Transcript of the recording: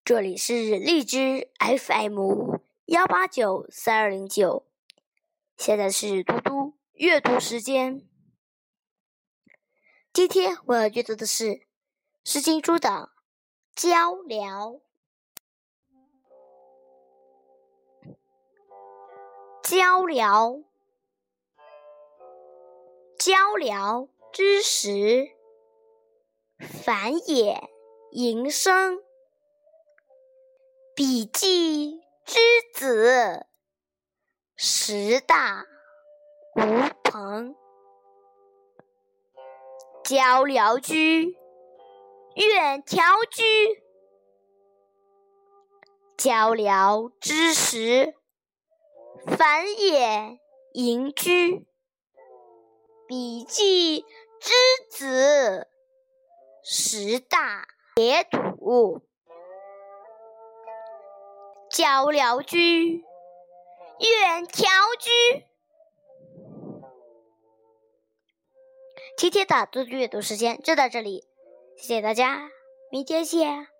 这里是荔枝 FM1893209，现在是嘟嘟阅读时间。今天我要阅读的是诗经中的交辽。交辽，交辽之时，繁也盈生。比季之子，食大无朋。交辽居，远调居。交辽之时，繁也盈居。比季之子，食大野土。交辽居，远调居。今天的嘟嘟阅读时间就到这里，谢谢大家，明天见。